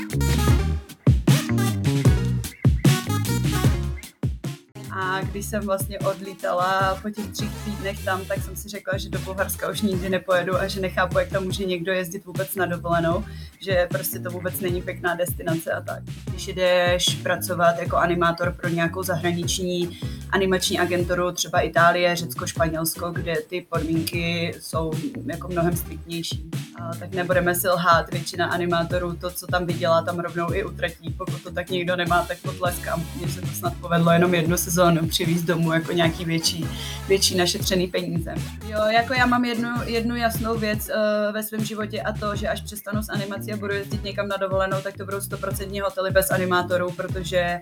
A když jsem vlastně odlítala po těch 3 týdnech tam, tak jsem si řekla, že do Bulharska už nikdy nepojedu a že nechápu, jak tam může někdo jezdit vůbec na dovolenou, že prostě to vůbec není pěkná destinace a tak. Když jdeš pracovat jako animátor pro nějakou zahraniční animační agenturu, třeba Itálie, Řecko, Španělsko, kde ty podmínky jsou jako mnohem striktnější. Tak nebudeme si lhát, většina animátorů to, co tam vydělá, tam rovnou i utratí. Pokud to tak někdo nemá, tak potleskám. Mně se to snad povedlo jenom 1 sezónu přivízt domů jako nějaký větší našetřený peníze. Jo, jako já mám jednu jasnou věc ve svém životě a to, že až přestanu s animací a budu jezdit někam na dovolenou, tak to budou 100% hotely bez animátorů, protože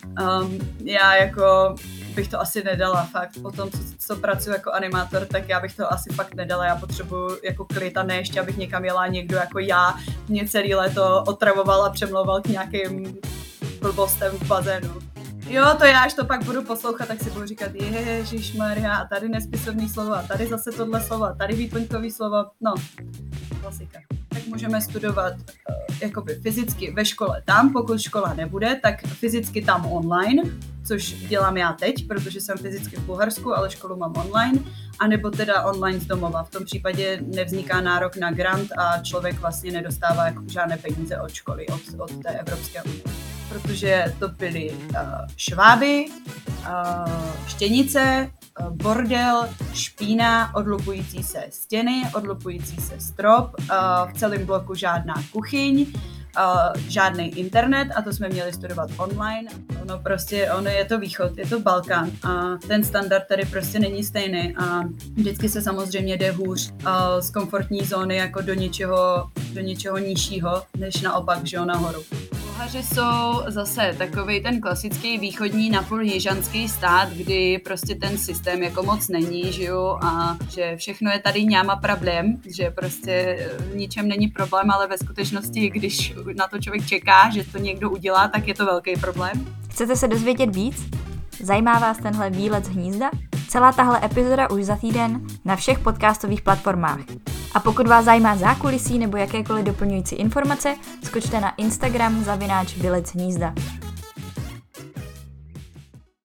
já jako bych to asi nedala fakt. Po tom, co pracuji jako animátor, tak já bych to asi fakt nedala. Já potřebuji jako klid a ne ještě, abych někam jela někdo jako já. Mě celý léto otravoval a přemlouval k nějakým blbostem v bazénu. Jo, to já, až to pak budu poslouchat, tak si budu říkat, ježišmarja, a tady nespisovný slovo, a tady zase tohle slovo, a tady výplňkový slovo, no, klasika. Tak můžeme studovat jakoby fyzicky ve škole tam, pokud škola nebude, tak fyzicky tam online, což dělám já teď, protože jsem fyzicky v Bulharsku, ale školu mám online, anebo teda online z domova. V tom případě nevzniká nárok na grant a člověk vlastně nedostává jako žádné peníze od školy, od té Evropské unie. Protože to byly šváby, štěnice, bordel, špína, odlupující se stěny, odlupující se strop, v celém bloku žádná kuchyň, žádný internet a to jsme měli studovat online. Ono je to východ, je to Balkán a ten standard tady prostě není stejný a vždycky se samozřejmě jde hůř z komfortní zóny jako do něčeho nižšího, než naopak, že jo, nahoru. Bulhaři jsou zase takovej ten klasický východní napůl jižanský stát, kdy prostě ten systém jako moc není, že jo, a že všechno je tady ňáma problém, že prostě v ničem není problém, ale ve skutečnosti, když na to člověk čeká, že to někdo udělá, tak je to velký problém. Chcete se dozvědět víc? Zajímá vás tenhle výlet z hnízda? Celá tahle epizoda už za týden na všech podcastových platformách. A pokud vás zajímá zákulisí nebo jakékoliv doplňující informace, skočte na Instagram @výlet z hnízda.